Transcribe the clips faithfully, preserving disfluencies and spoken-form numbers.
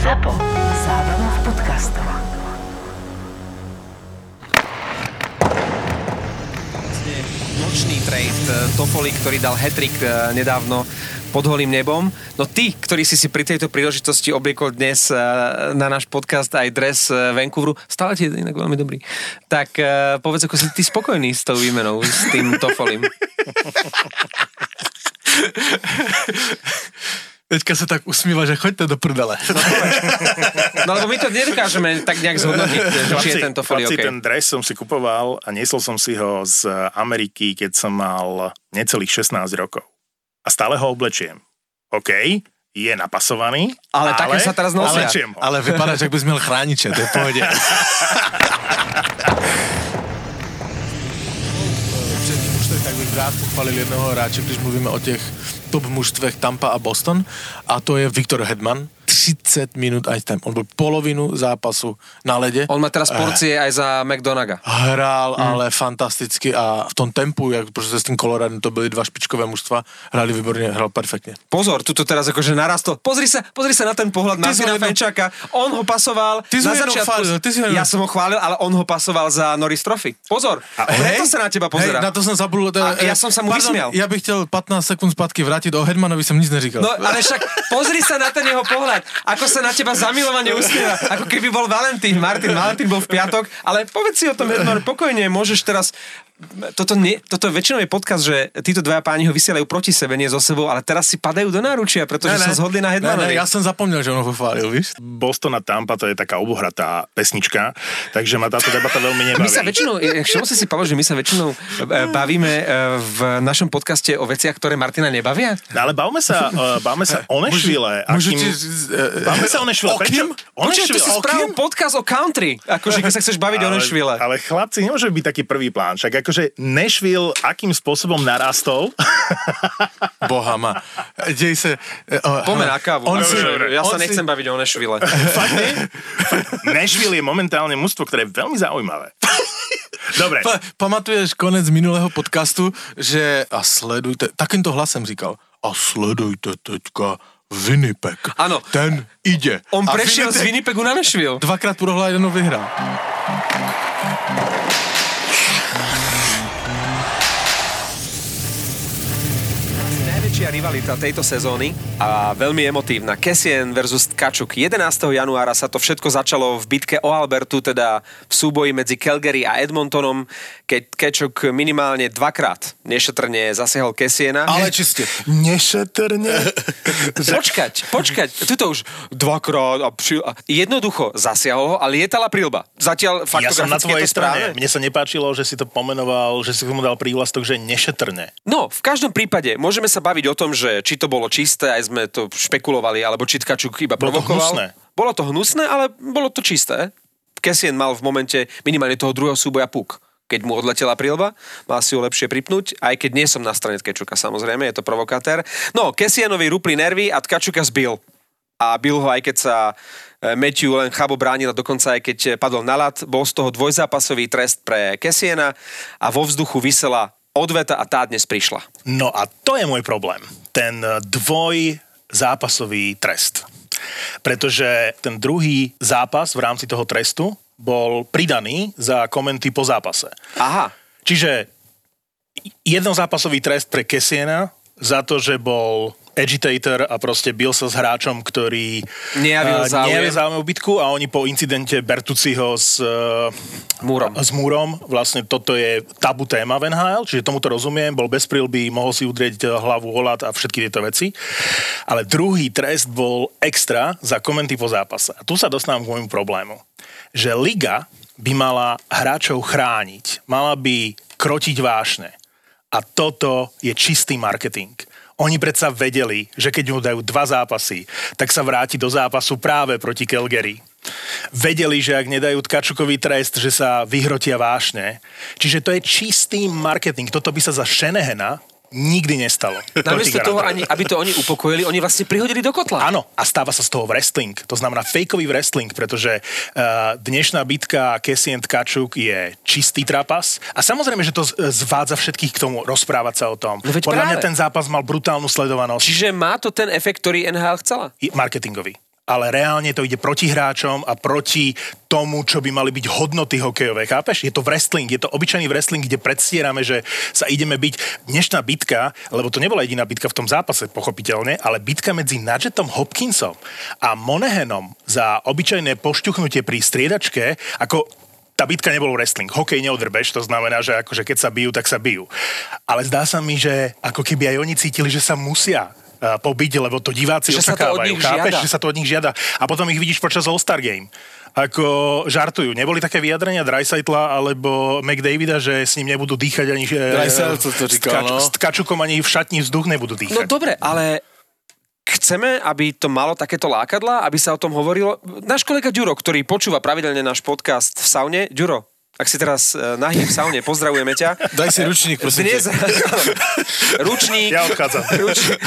Zapo. Zábrná v podcastov. Nočný trade Toffoli, ktorý dal hat-trick nedávno pod holým nebom. No ty, ktorý si si pri tejto príležitosti obliekol dnes na náš podcast aj dres Vancouveru, stále ti je inak veľmi dobrý. Tak povedz, ako si ty spokojný s tou výmenou, s tým Toffolim. Teďka sa tak usmíva, že choďte do prdele. No lebo my to nedokážeme tak nejak zhodnotiť, že či je ten Toffoli OK. Ten dres som si kupoval a niesol som si ho z Ameriky, keď som mal necelých šestnásť rokov. A stále ho oblečiem. OK, je napasovaný, ale... Ale také sa teraz nosia. Oblečiem ho. Ale vypadá, že ak bys měl chrániče, to je v pohodě. Předtím už tak bych rád pochvalil jednoho hráče, když mluvíme o těch top mužstvech Tampa a Boston, a to je Viktor Hedman. tridsať minút aj tam. On bol polovinu zápasu na lede. On má teraz porcie eh. aj za McDonaga. Hral, mm. ale fantasticky a v tom tempu, jak prostě s tým Coloradom, to byly dva špičkové mužstva, hrali výborne, hral perfektne. Pozor, tuto teraz akože narastol. Pozri sa, pozri sa na ten pohľad Martina Fenčáka. On ho pasoval ty na začiatku. Chválil, ty ja som ho chválil, ale on ho pasoval za Norris Trophy. Pozor, a preto hej, sa na teba pozerá. Hej, na to som zabudol. A ja som sa mu pardon, vysmial. Ja bych chtěl pätnásť sekúnd zpátky vrátiť, o Hedmanovi som nič neříkal. No, ale však pozri sa na ten jeho pohľad. Ako sa na teba zamilovane usmieva. Ako keby bol Valentín. Martin, Valentín bol v piatok, ale povedz si o tom, Hedman, pokojne, môžeš teraz... Toto, nie, toto väčšinou je podcast, že títo dvaja páni ho vysielajú proti sebe, nie so sebou, ale teraz si padajú do náručia, pretože ne, ne, sa zhodli na Hedmanovi. Ne, ne, ja som zapomnel, že on ho pochválil, víš? Boston a Tampa, to je taká obohratá pesnička, takže ma táto debata veľmi nebaví. My sa väčšinou, všimol si si, Pavel, že my sa väčšinou bavíme v našom podcaste o veciach, ktoré Martina nebavia? No, ale bavme sa, bavme sa o Nashville. Akým... Bavme sa o Nashville. Prečo? Počuť, ty si spravil podcast o country, akože keď sa chceš baviť ale, o Nashville. Ale chlapci, nemôže byť taký prvý plán, však akože Nashville akým spôsobom narastol. Boha ma. Dej sa... Uh, Poďme na kávu. On si, ja on sa nechcem si... baviť o Nashville. Fakt nie? Nashville je momentálne mužstvo, ktoré je veľmi zaujímavé. Dobre. Pa, pamatuješ konec minulého podcastu, že a sledujte, takýmto hlasem říkal, a sledujte teďka Winnipeg. Áno. Ten ide. On a prešiel Winnipeg... z Winnipegu na Nashville. Dvakrát prohrál, jednou vyhrál. Najväčšia rivalita tejto sezóny a veľmi emotívna. Kassian versus Tkachuk. jedenásteho januára sa to všetko začalo v bitke o Albertu, teda v súboji medzi Calgary a Edmontonom, keď Tkachuk minimálne dvakrát nešetrne zasiahol Kassiana. Ale čiste. Nešetrne? Počkať, počkať. Tuto už dvakrát a pri... jednoducho zasiahol ho a lietala prilba. Zatiaľ faktograficky ja som na tvojej je to správne. strane. Mne sa nepáčilo, že si to pomenoval, že si mu dal prívlastok, že nešetrne. No, v každom prípade môžeme sa baviť o tom, že či to bolo čisté, aj sme to špekulovali, alebo či Tkachuk iba provokoval. Bolo to hnusné. Bolo to hnusné, ale bolo to čisté. Kassian mal v momente minimálne toho druhého súboja puk. Keď mu odletela prilba, mal si ho lepšie pripnúť, aj keď nie som na strane Tkachuka, samozrejme, je to provokatér. No, Kassianovi rúpli nervy a Tkachuka zbil. A bil ho, aj keď sa Matthew len chabo bránil, dokonca aj keď padol na ľad. Bol z toho dvojzápasový trest pre Kassiana a vo vzduchu visela odveta a tá dnes prišla. No a to je môj problém. Ten dvojzápasový trest. Pretože ten druhý zápas v rámci toho trestu bol pridaný za komenty po zápase. Aha. Čiže jednozápasový trest pre Kassiana za to, že bol agitator a proste bil sa s hráčom, ktorý nejavil záujem v bitku a oni po incidente Bertucciho s uh, Múrom. S Múrom, vlastne toto je tabu téma v en há el, čiže tomuto rozumiem, bol bez prilby, mohol si udrieť hlavu o ľad a všetky tieto veci. Ale druhý trest bol extra za komenty po zápase. A tu sa dostávam k môjmu problému. Že liga by mala hráčov chrániť, mala by krotiť vášne. A toto je čistý marketing. Oni predsa vedeli, že keď mu dajú dva zápasy, tak sa vráti do zápasu práve proti Calgary. Vedeli, že ak nedajú Tkačukovi trest, že sa vyhrotia vášne. Čiže to je čistý marketing. Toto by sa za Shanahana nikdy nestalo. Namiesto toho, ani, aby to oni upokojili, oni vlastne prihodili do kotla. Áno, a stáva sa z toho wrestling. To znamená fejkový wrestling, pretože uh, dnešná bitka Kassian Tkachuk je čistý trapas. A samozrejme, že to zvádza všetkých k tomu rozprávať sa o tom. No Podľa práve. mňa ten zápas mal brutálnu sledovanosť. Čiže má to ten efekt, ktorý en há el chcela? Marketingový. ale reálne to ide proti hráčom a proti tomu, čo by mali byť hodnoty hokejové. Chápeš? Je to wrestling, je to obyčajný wrestling, kde predstierame, že sa ideme byť. Dnešná bitka, lebo to nebola jediná bitka v tom zápase, pochopiteľne, ale bitka medzi Nuggetom Hopkinsom a Monahanom za obyčajné pošťuchnutie pri striedačke, ako tá bitka nebol wrestling. Hokej neodrbeš, to znamená, že akože keď sa bijú, tak sa bijú. Ale zdá sa mi, že ako keby aj oni cítili, že sa musia pobiť, lebo to diváci že očakávajú. Sa Chápeš, že sa to od nich žiada. A potom ich vidíš počas All-Star Game. Ako žartujú. Neboli také vyjadrenia Dreisaitla alebo McDavida, že s ním nebudú dýchať ani... Dreisaitel to říkal, no. S Tkačukom ani v šatni vzduch nebudú dýchať. No dobre, ale chceme, aby to malo takéto lákadlá, aby sa o tom hovorilo. Náš kolega Ďuro, ktorý počúva pravidelne náš podcast v saune. Ďuro, ak si teraz uh, nahý v saune, pozdravujeme ťa. Daj si ručník, prosím. Dnes... ručník. Ja odchádzam. Ručník.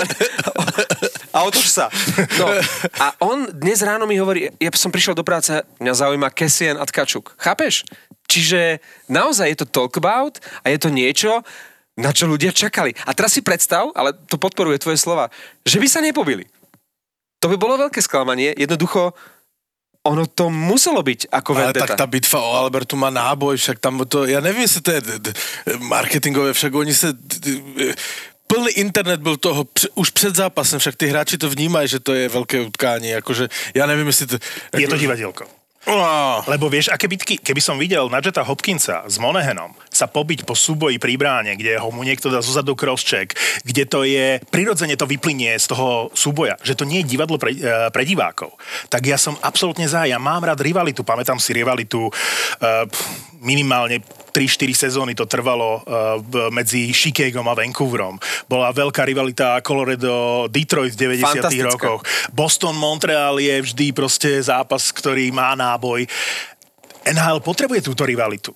A otoč sa. No. A on dnes ráno mi hovorí, ja som prišiel do práce, mňa zaujíma Kassian a Tkačuk. Chápeš? Čiže naozaj je to talk about a je to niečo, na čo ľudia čakali. A teraz si predstav, ale to podporuje tvoje slova, že by sa nepobili. To by bolo veľké sklamanie. Jednoducho ono to muselo byť ako vendeta. Ale tak tá bitva o Albertu má náboj, však tam to, ja neviem, jestli to je d- d- marketingové, však oni sa... D- d- plný internet byl toho už před zápasem, však ty hráči to vnímají, že to je veľké utkání, akože ja neviem, jestli to... Je to divadielko. Oh. Lebo vieš, aké bitky, keby som videl Nugeta Hopkinsa s Monahanom sa pobiť po súboji pri bráne, kde ho mu niekto dá zozadu crosscheck, kde to je, prirodzene to vyplynie z toho súboja, že to nie je divadlo pre, pre divákov, tak ja som absolútne za, ja mám rád rivalitu, pamätám si rivalitu uh, minimálne tri štyri sezóny to trvalo uh, medzi Chicagom a Vancouverom. Bola veľká rivalita Colorado Detroit v deväťdesiatych rokoch. Boston Montreal je vždy proste zápas, ktorý má náboj. en há el potrebuje túto rivalitu.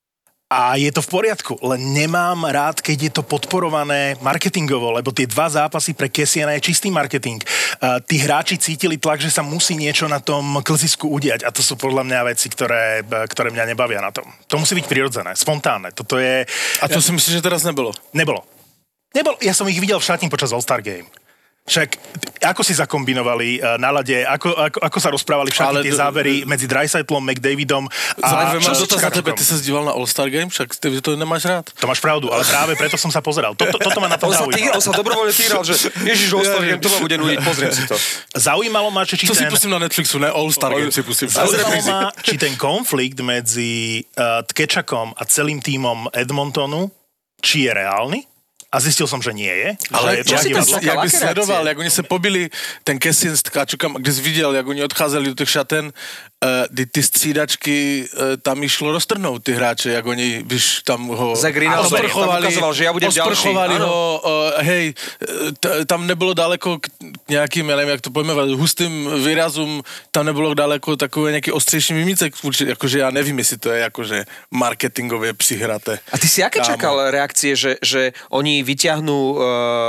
A je to v poriadku, len nemám rád, keď je to podporované marketingovo, lebo tie dva zápasy pre Kassiana je čistý marketing. Uh, tí hráči cítili tlak, že sa musí niečo na tom klzisku udiať a to sú podľa mňa veci, ktoré, ktoré mňa nebavia na tom. To musí byť prirodzené, spontánne. Toto je... A to si myslíš, že teraz nebolo? Nebolo. Nebolo. Ja som ich videl v šatni počas All-Star Game. Však ako si zakombinovali uh, na lade, ako, ako, ako sa rozprávali všetky tie zábery medzi Dreisaitlom, McDavidom a... Zaujímavé, máš dotaz na tebe, ty sa zdíval na All-Star Game, však ty to nemáš rád? To máš pravdu, ale práve preto som sa pozeral. Toto, toto ma na tom on zaujímalo. On sa dobrovoľne týral, že ježiš, All-Star Game, to ma bude nudiť, pozriem si to. Zaujímalo ma, či To ten... si pustím na Netflixu, ne All-Star Game si pustím. Zaujímalo ma, či ten konflikt medzi uh, Tkečakom a celým tímom Edmontonu, či je reálny. A zistil som, že nie je. Ale že je to jak, divadlo. by, jak by sledoval, jak oni se pobili, ten Kassian s Tkačukem, kde jsi viděl, jak oni odcházeli do těch šaten, uh, ty, ty střídačky, uh, tam išlo roztrhnout ty hráče, jak oni, víš, tam ho osprchovali, ukazoval, že ja budem osprchovali ďalší. ho, uh, hej, t- tam nebylo daleko k nějakým, já nevím, jak to pojmenovat, hustým výrazům, tam nebylo daleko takové nějaký ostřejší mimicek, jakože já nevím, jestli to je jakože marketingově přihraté. A ty si aké Kámo. čakal reakcie, že, že oni vyťahnú uh,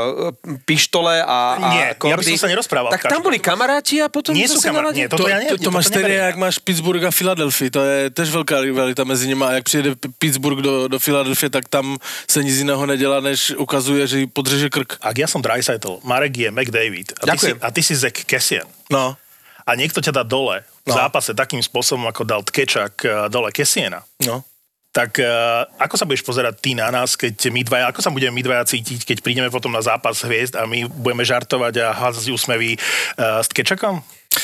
pištole a, a Nie, kordy? ja by som sa nerozprával. Tak tam boli kamaráti a potom Nie sú zase kamaráti, na lade? nie, toto to, ja ne, to, to máš neberiem. stejně, jak máš Pittsburgh a Philadelphia, to je tež velká rivalita mezi nimi a jak přijede Pittsburgh do, do Philadelphia, tak tam se nic jiného nedělá, než ukazuje, že jí podřeže krk. Ak ja som Draisaitl, Marek je McDavid a ty, si, Ďakujem. a ty si Zach Kassian No. a niekto ťa dá dole v No. zápase takým spôsobom, ako dal Tkečak eh, dole Kassiana, No. tak uh, ako sa budeš pozerať ty na nás, keď my dvaja, ako sa budeme my dvaja cítiť, keď prídeme potom na zápas hviezd a my budeme žartovať a házať úsmevy uh, s Tkečakom?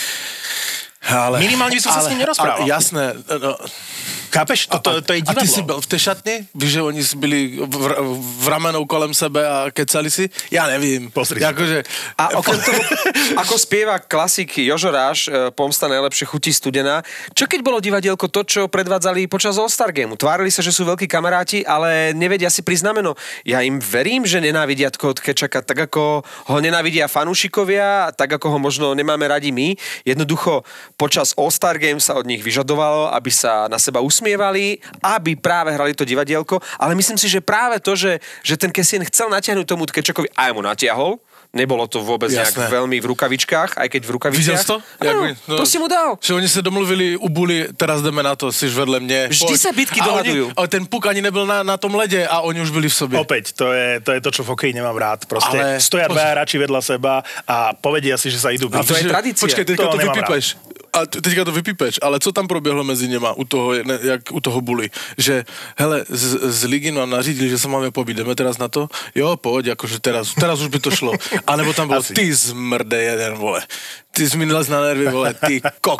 Ale, Minimálne by som sa s ním nerozprával. Ale, jasné. No, Chápeš? To, to, to je a ty si divadlo. byl v té šatni? Víš, že oni byli v, v ramenou kolem sebe a kecali si? Ja nevím. Pozri si. Jakože, A okrem toho, ako spieva klasik Jožo Ráš, e, Pomsta najlepšie chutí studená, čo keď bolo divadielko to, čo predvádzali počas All-Star Gameu? Tvárili sa, že sú veľkí kamaráti, ale nevedia si priznameno. Ja im verím, že nenávidia toho Tkečaka, tak ako ho nenávidia fanúšikovia, tak ako ho možno nemáme radi my. Jednoducho, počas All-Star Game sa od nich vyžadovalo, aby sa na seba usmievali, aby práve hrali to divadielko, ale myslím si, že práve to, že, že ten Kassian chcel natiahnuť tomu Tkečakovi, aj mu natiahol, Nebolo to vôbec Jasné. nejak veľmi v rukavičkách, aj keď v rukavičkách. Videl si to? Áno, Jak- no. to si mu dal. Že oni sa domluvili u Bully, teraz jdeme na to, si vedle mne. Vždy poď. sa bitky A dohadujú. oni- Ale ten puk ani nebyl na, na tom lede a oni už byli v sobě. Opäť, to je, to je to, čo v hokeji nemám rád. Proste Ale- stoja dvaja hráči vedľa seba a povedia si, že sa idú A byť. to je Že- tradícia. Počkej, teďka To to, nemám vypípeš. A t- teďka to vypípeš, ale co tam proběhlo mezi něma u toho, ne, jak u toho Bully? Že, hele, z, z ligy nám nařídili, že se máme pobít, jdeme teraz na to? Jo, pojď, jakože teraz, teraz už by to šlo. A nebo tam bylo, Asi. ty zmrde jeden, vole. Ty jsi mi nalez na nervy, vole, ty kok.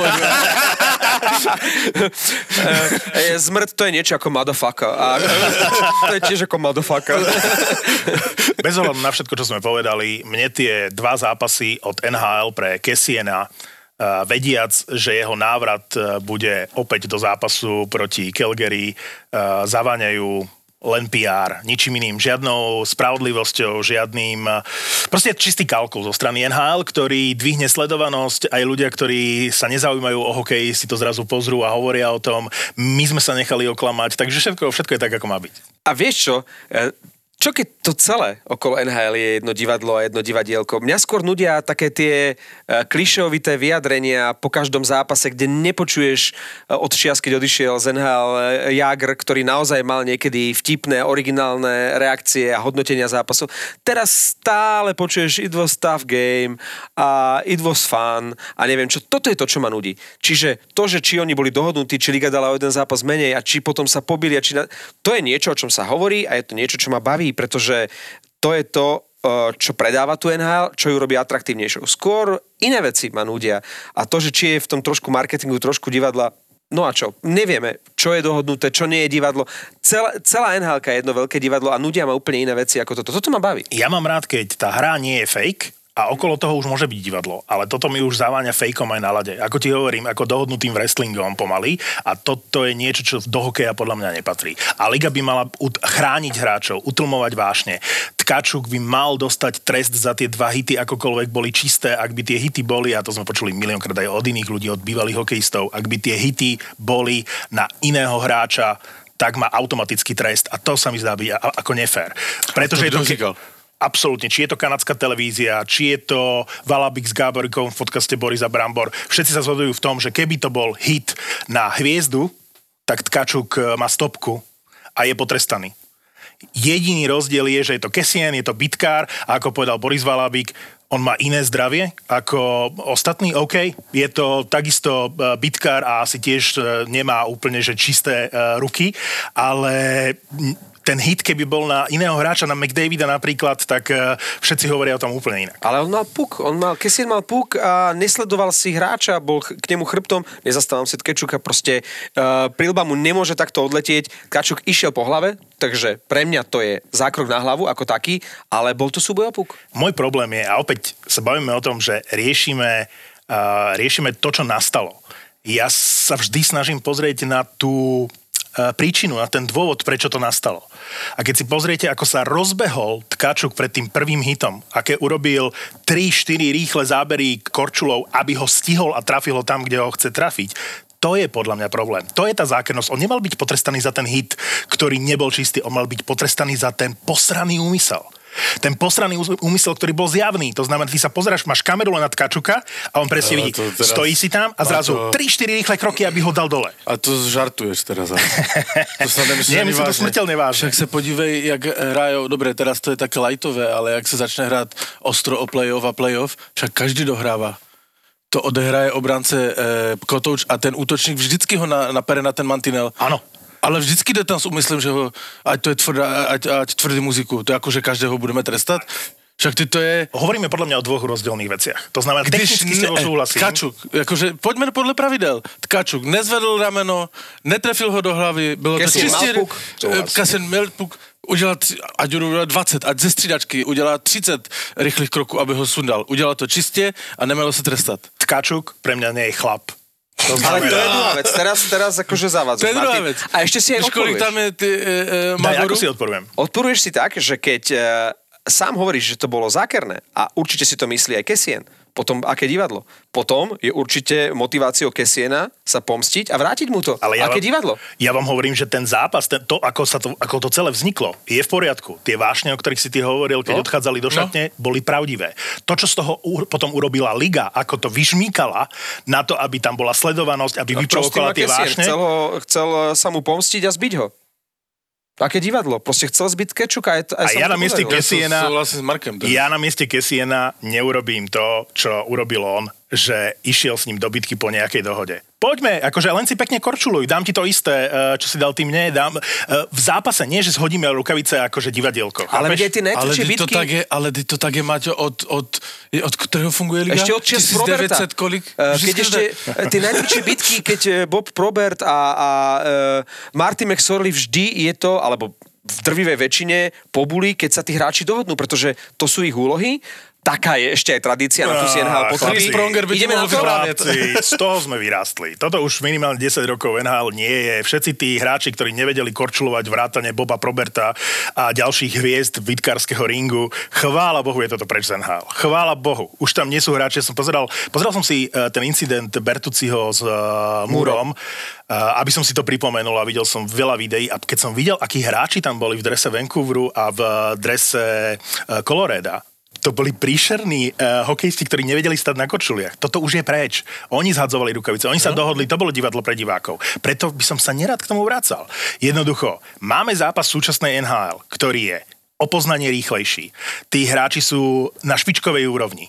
E, Zmrt to je niečo ako motherfucker. A to je tiež ako motherfucker. Bez ohľadu na všetko, čo sme povedali, mne tie dva zápasy od en há el pre Kessiena, Uh, vediac, že jeho návrat uh, bude opäť do zápasu proti Calgary, uh, zaváňajú len pé er, ničím iným, žiadnou spravodlivosťou, žiadnym... Uh, proste čistý kalkul zo strany en há el, ktorý dvihne sledovanosť, aj ľudia, ktorí sa nezaujímajú o hokej, si to zrazu pozrú a hovoria o tom. My sme sa nechali oklamať, takže všetko, všetko je tak, ako má byť. A vieš čo? E, Čo keď to celé okolo en há el je jedno divadlo a jedno divadielko? Mňa skôr nudia také tie e, klišovité vyjadrenia po každom zápase, kde nepočuješ e, od čias, keď odišiel z en há el e, Jágr, ktorý naozaj mal niekedy vtipné, originálne reakcie a hodnotenia zápasov. Teraz stále počuješ it was tough game a it was fun a neviem čo. Toto je to, čo ma nudí. Čiže to, že či oni boli dohodnutí, či liga dala o jeden zápas menej a či potom sa pobili a či na... to je niečo, o čom sa hovorí a je to niečo, čo ma baví, pretože to je to, čo predáva tu en há el, čo ju robí atraktívnejšou. Skôr iné veci ma nudia. A to, že či je v tom trošku marketingu, trošku divadla, no a čo? Nevieme, čo je dohodnuté, čo nie je divadlo. Celá, celá en há elka je jedno veľké divadlo a nudia ma úplne iné veci ako toto. Toto ma baví. Ja mám rád, keď tá hra nie je fake, a okolo toho už môže byť divadlo, ale toto mi už zaváňa fejkom aj na lade. Ako ti hovorím, ako dohodnutým wrestlingom pomaly a toto je niečo, čo do hokeja podľa mňa nepatrí. A liga by mala ut- chrániť hráčov, utlmovať vášne. Tkačuk by mal dostať trest za tie dva hity, akokoľvek boli čisté, ak by tie hity boli, a to sme počuli miliónkrát aj od iných ľudí, od bývalých hokejistov, ak by tie hity boli na iného hráča, tak má automatický trest a to sa mi zdá byť a- ako nefér. Pretože je to... Absolútne. Či je to kanadská televízia, či je to Valabik s Gáborikom v podcaste Borisa Brambor. Všetci sa zhodujú v tom, že keby to bol hit na hviezdu, tak Tkačuk má stopku a je potrestaný. Jediný rozdiel je, že je to Kessien, je to bitkár a ako povedal Boris Valabik, on má iné zdravie ako ostatní, OK. Je to takisto bitkár a asi tiež nemá úplne že čisté ruky, ale... ten hit, keby bol na iného hráča, na McDavida napríklad, tak uh, všetci hovoria o tom úplne inak. Ale on mal puk, on mal, Kessien mal puk a nesledoval si hráča, bol k nemu chrbtom, nezastávam si Tkačuka, proste uh, prilba mu nemôže takto odletieť, Tkačuk išiel po hlave, takže pre mňa to je zákrok na hlavu ako taký, ale bol to súboj o puk. Môj problém je, a opäť sa bavíme o tom, že riešime, uh, riešime to, čo nastalo. Ja sa vždy snažím pozrieť na tú príčinu, na ten dôvod, prečo to nastalo. A keď si pozriete, ako sa rozbehol Tkačuk pred tým prvým hitom, aké urobil tri štyri rýchle zábery Korčulov, aby ho stihol a trafil ho tam, kde ho chce trafiť, to je podľa mňa problém. To je tá zákernosť. On nemal byť potrestaný za ten hit, ktorý nebol čistý, on mal byť potrestaný za ten posraný úmysel. Ten posraný úmysel, ktorý bol zjavný. To znamená, ty sa pozeráš, máš kameru len na Tkačuka a on presne vidí, teraz... stojí si tam a zrazu to... tri štyri rýchle kroky, aby ho dal dole. A to žartuješ teraz. To sa nemyslím Nie, myslím to smrteľne vážne. Však sa podívej, jak hrajou, dobre, teraz to je také lajtové, ale jak sa začne hrát ostro o playoff a playoff, však každý dohráva. To odehraje obránce e, Kotouč a ten útočník vždycky ho na, napere na ten mantinel. Áno. Ale vždycky jde tam s úmyslem, že ho, ať to je tvrdá, ať, ať tvrdý muziku. To je ako, že každého budeme trestat. Však ty to je... Hovoríme podľa mňa o dvoch rozdielných veciach. To znamená, Když technicky s tebou súhlasím. Tkačuk, akože poďme podľa pravidel. Tkačuk nezvedl rameno, netrefil ho do hlavy, bylo to Kessien čistě... mal puk. Kessien měl puk, udělal, ať udělal dvacet, ať ze střídačky udělá třicet rychlých kroků, aby ho sundal. Udělal to čistě a nemělo se trestat. Tkačuk pre mňa nie je chlap. To Ale to je druhá vec. Teraz, teraz akože zavadzuješ. To je druhá Martin. vec. A ešte si aj kolik odporuješ. tam je ty, e, e, Daj, Magoru? ako si odporujem? Odporuješ si tak, že keď e, sám hovoríš, že to bolo zákerné a určite si to myslí aj Kessien, Potom aké divadlo? Potom je určite motiváciou Kessiena sa pomstiť a vrátiť mu to. Ale ja aké vám, divadlo? Ja vám hovorím, že ten zápas, ten, to, ako, sa to, ako to celé vzniklo, je v poriadku. Tie vášne, o ktorých si ty hovoril, keď No. odchádzali do šatne, no. boli pravdivé. To, čo z toho u, potom urobila Liga, ako to vyžmýkala na to, aby tam bola sledovanosť, aby A čo s tým vyprovokovala tie Kessien? vášne. Chcel, ho, chcel sa mu pomstiť a zbiť ho. Aké divadlo? Proste chcel zbiť Kečuka. Aj, aj A ja na mieste Kessiena, Súhlasím s Markem. teda. ja na mieste Kessiena neurobím to, čo urobil on, že išiel s ním do bitky po nejakej dohode. Poďme, akože len si pekne korčuluj, dám ti to isté, čo si dal ty mne, dám. V zápase nie, že zhodíme rukavice akože divadielko. Ale chápeš? veď aj ty Ale najtvrdšie ty to bitky... tak je, ale ty to tak je, Maťo, od, od, od ktorého funguje Liga? Ešte od čias Proberta. tisícdeväťsto kolik? Uh, Vždy keď ste- ešte uh, tie najväčšie bitky, keď uh, Bob Probert a, a uh, Marty McSorley vždy je to, alebo v drvivej väčšine pobuli, keď sa tí hráči dohodnú, pretože to sú ich úlohy. Taká je ešte aj tradícia, na tú si en há el Á, postaví. chlapci, Spronger by ti Ideme na mohol to? vypráviť. Chlapci, z toho sme vyrástli. Toto už minimálne desať rokov en há el nie je. Všetci tí hráči, ktorí nevedeli korčulovať vrátane Boba Proberta a ďalších hviezd bitkárskeho ringu, chvála Bohu je toto preč z en há el. Chvála Bohu. Už tam nie sú hráči. Som pozeral, pozeral som si uh, ten incident Bertucciho s uh, Múrom, uh, aby som si to pripomenul a videl som veľa videí. A keď som videl, akí hráči tam boli v drese Vancouveru a v drese uh, Colorada, to boli príšerní uh, hokejisti, ktorí nevedeli stať na korčuliach. Toto už je preč. Oni zhadzovali rukavice, oni sa Mhm. dohodli, to bolo divadlo pre divákov. Preto by som sa nerad k tomu vracal. Jednoducho, máme zápas súčasnej en há el, ktorý je o poznanie rýchlejší. Tí hráči sú na špičkovej úrovni.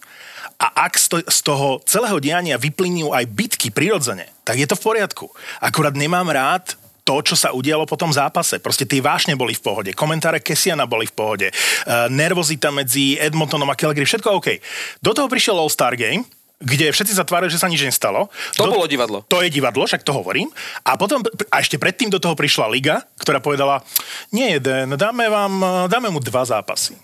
A ak z to- z toho celého diania vyplynujú aj bitky prirodzene, tak je to v poriadku. Akurát nemám rád to, čo sa udialo po tom zápase. Proste tie vášne boli v pohode, komentáre Kessiana boli v pohode, uh, nervozita medzi Edmontonom a Calgary, všetko OK. Do toho prišiel All-Star Game, kde všetci sa tvárili, že sa nič nestalo. To do... bolo divadlo. To je divadlo, však to hovorím. A potom, a ešte predtým do toho prišla Liga, ktorá povedala, nie jeden, dáme vám, dáme mu dva zápasy.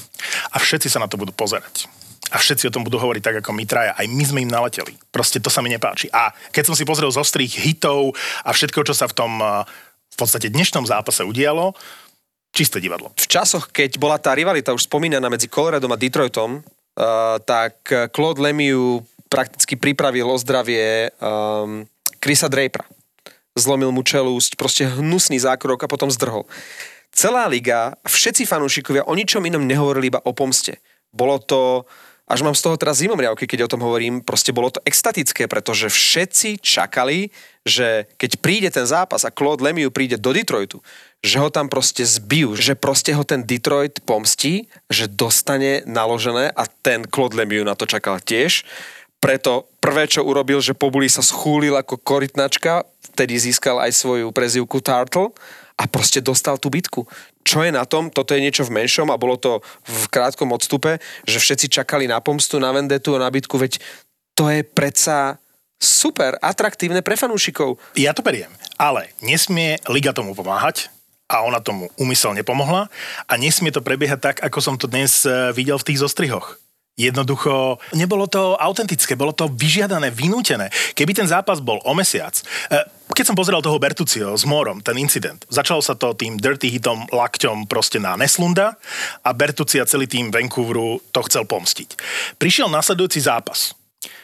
A všetci sa na to budú pozerať. A všetci o tom budú hovoriť tak, ako my traja. Aj my sme im naleteli. Proste to sa mi nepáči. A keď som si pozrel z ostrých hitov a všetko, čo sa v tom v podstate dnešnom zápase udialo, čisté divadlo. V časoch, keď bola tá rivalita už spomínaná medzi Coloradom a Detroitom, uh, tak Claude Lemieux prakticky pripravil o zdravie um, Chrisa Drapera. Zlomil mu čelúsť, proste hnusný zákrok a potom zdrhol. Celá liga, všetci fanúšikovia o ničom inom nehovorili, iba o pomste. Bolo to, až mám z toho teraz zimomriavky, keď o tom hovorím, proste bolo to extatické, pretože všetci čakali, že keď príde ten zápas a Claude Lemieux príde do Detroitu, že ho tam proste zbijú, že proste ho ten Detroit pomstí, že dostane naložené a ten Claude Lemieux na to čakal tiež. Preto prvé, čo urobil, že Pobuli sa schúlil ako korytnačka, vtedy získal aj svoju prezývku Turtle a proste dostal tú bitku. Čo je na tom? Toto je niečo v menšom a bolo to v krátkom odstupe, že všetci čakali na pomstu, na vendetu a na bitku, veď to je predsa super atraktívne pre fanúšikov. Ja to beriem, ale nesmie Liga tomu pomáhať a ona tomu úmyselne pomohla a nesmie to prebiehať tak, ako som to dnes videl v tých zostrihoch. Jednoducho, nebolo to autentické, bolo to vyžiadané, vynútené. Keby ten zápas bol o mesiac, keď som pozeral toho Bertucciho s Moorom, ten incident, začalo sa to tým dirty hitom lakťom proste na Neslunda a Bertucci a celý tým Vancouveru to chcel pomstiť. Prišiel nasledujúci zápas.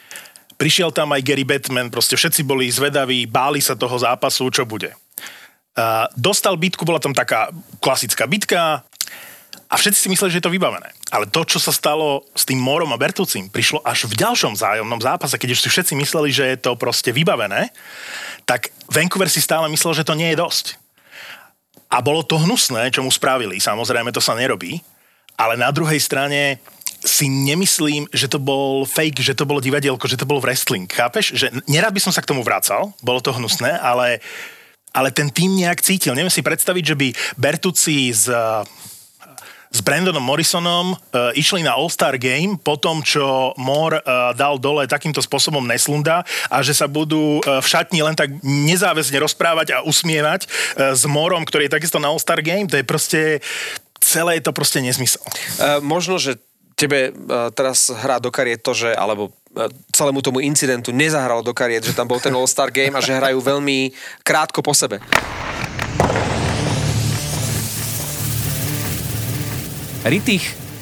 Prišiel tam aj Gary Bettman, proste všetci boli zvedaví, báli sa toho zápasu, čo bude. Uh, dostal bitku, bola tam taká klasická bitka, a všetci si mysleli, že je to vybavené. Ale to, čo sa stalo s tým Moorom a Bertuccim, prišlo až v ďalšom vzájomnom zápase, keď už si všetci mysleli, že je to proste vybavené, tak Vancouver si stále myslel, že to nie je dosť. A bolo to hnusné, čo mu spravili. Samozrejme, to sa nerobí. Ale na druhej strane si nemyslím, že to bol fake, že to bolo divadielko, že to bol wrestling. Chápeš? Že nerád by som sa k tomu vracal. Bolo to hnusné, ale, ale ten tým nejak cítil. Neviem si predstaviť, že by Bertucci z... s Brandonom Morrisonom uh, išli na All-Star Game po tom, čo Moore uh, dal dole takýmto spôsobom Neslunda a že sa budú uh, v šatni len tak nezáväzne rozprávať a usmievať uh, s Moorom, ktorý je takisto na All-Star Game. To je proste... Celé je to proste nezmysel. Uh, možno, že tebe uh, teraz hrá do kariet to, že... alebo uh, celému tomu incidentu nezahralo do kariet, že tam bol ten All-Star Game a že hrajú veľmi krátko po sebe. Rittich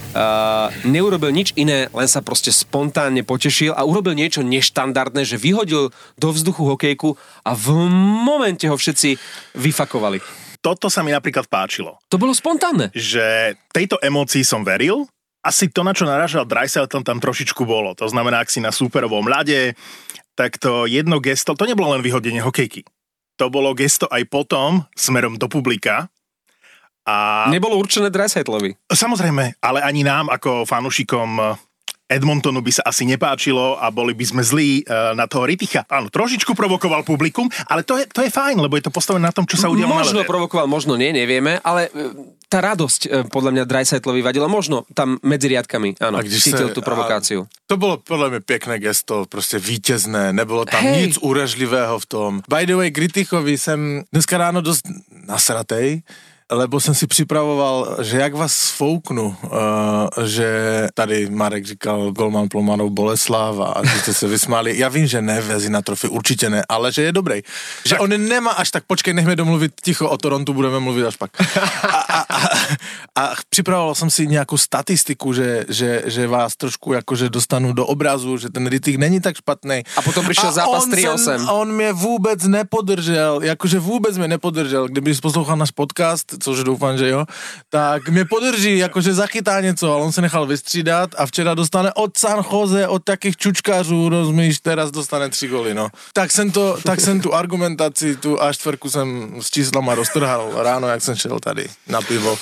Uh, neurobil nič iné, len sa proste spontánne potešil a urobil niečo neštandardné, že vyhodil do vzduchu hokejku a v momente ho všetci vyfakovali. Toto sa mi napríklad páčilo. To bolo spontánne. Že tejto emócii som veril. Asi to, na čo narážal Draisaitl, tam trošičku bolo. To znamená, ak si na súperovom ľade, tak to jedno gesto, to nebolo len vyhodenie hokejky. To bolo gesto aj potom smerom do publika. A... Nebolo určené Draisaitlovi. Samozrejme, ale ani nám ako fanúšikom Edmontonu by sa asi nepáčilo a boli by sme zlí uh, na toho Ritticha. Áno, trošičku provokoval publikum, ale to je, to je fajn, lebo je to postavené na tom, čo sa udialo na Možno lede. provokoval, možno nie, nevieme, ale tá radosť uh, podľa mňa Draisaitlovi vadila. Možno tam medzi riadkami, áno, cítil tú provokáciu. A to bolo podľa mňa pekné gesto, proste víťazné, nebolo tam Hej. nic uražlivého v tom. By the way, k Rittichovi jsem dneska ráno dost nasratej, lebo jsem si připravoval, že jak vás sfouknu, uh, že tady Marek říkal golman Plomanov Boleslav a že jste se vysmáli. Já vím, že ne, vezi na trofy, určitě ne, ale že je dobrý. Že on nemá až tak, počkej, nechme domluvit ticho, o Torontu budeme mluvit až pak. A, a, a, a připravoval jsem si nějakou statistiku, že, že, že vás trošku jakože dostanu do obrazu, že ten Rittich není tak špatný. A potom přišel zápas tri osem. A on mě vůbec nepodržel, jakože vůbec mě nepodržel. Kdybys poslouchal náš podcast, což doufám, že jo, tak mě podrží, jakože zachytá něco, ale on se nechal vystřídat a včera dostane od San Jose, od takých čučkářů, rozumíš, teraz dostane tři goly, no. Tak jsem to, tak jsem tu argumentaci, tu á čtvrku jsem s číslama roztrhal ráno, jak jsem šel tady na pivo.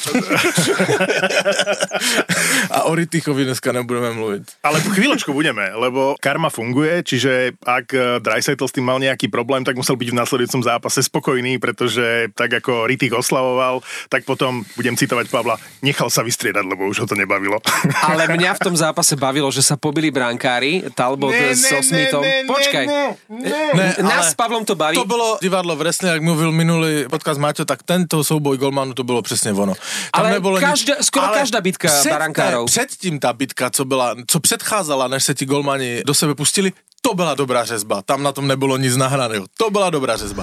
A o Rittichovi dneska nebudeme mluvit. Ale chvíľočku budeme, lebo karma funguje, čiže ak Draisaitl s tým mal nejaký problém, tak musel byť v nasledujúcom zápase spokojný, pretože tak ako Rittich oslavoval, tak potom, budem citovať Pavla, nechal sa vystriedať, lebo už ho to nebavilo. Ale mňa v tom zápase bavilo, že sa pobili brankári, Talbot Ne, s ne, Osmitom. ne, ne, Počkaj. ne, ne. Nás ale s Pavlom to baví. To bylo divadlo v wrestling, jak mluvil minulý podcast Maťo, tak tento souboj golmanu to bylo přesně ono. Tam Ale nebylo každá- skoro každá bitka barankárov. Předtím ta bitka, co byla, co předcházela, než se ti golmani do sebe pustili, to byla dobrá řezba. Tam na tom nebylo nic nahraného. To byla dobrá řezba.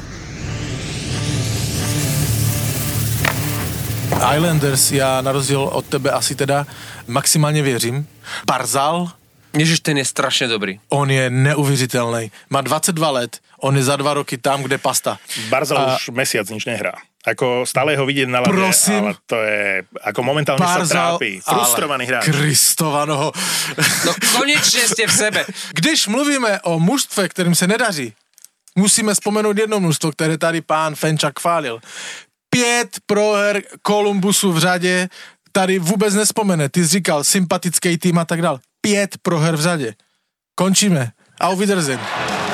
Islanders, já na rozdíl od tebe asi teda maximálně věřím. Barzal, Ježiš, ten je strašne dobrý. on je neuvěřitelný. Má dvacet dva let, on je za dva roky tam, kde pasta. Barzal A- už mesiac nič nehrá. Ako stále ho vidieť na lade, Prosím. ale to je, ako momentálne sa trápi. Frustrovaný hráč. Kristovanoho. No konečne ste v sebe. Když mluvíme o mužstve, kterým se nedaří, musíme vzpomenout jedno mužstvo, které tady pán Fenčak chválil. Pět proher Kolumbusu v řadě, tady vůbec nespomene. Ty jsi říkal sympatický tým a tak dál. Pět proher v řadě. Končíme. Auf Wiedersehen.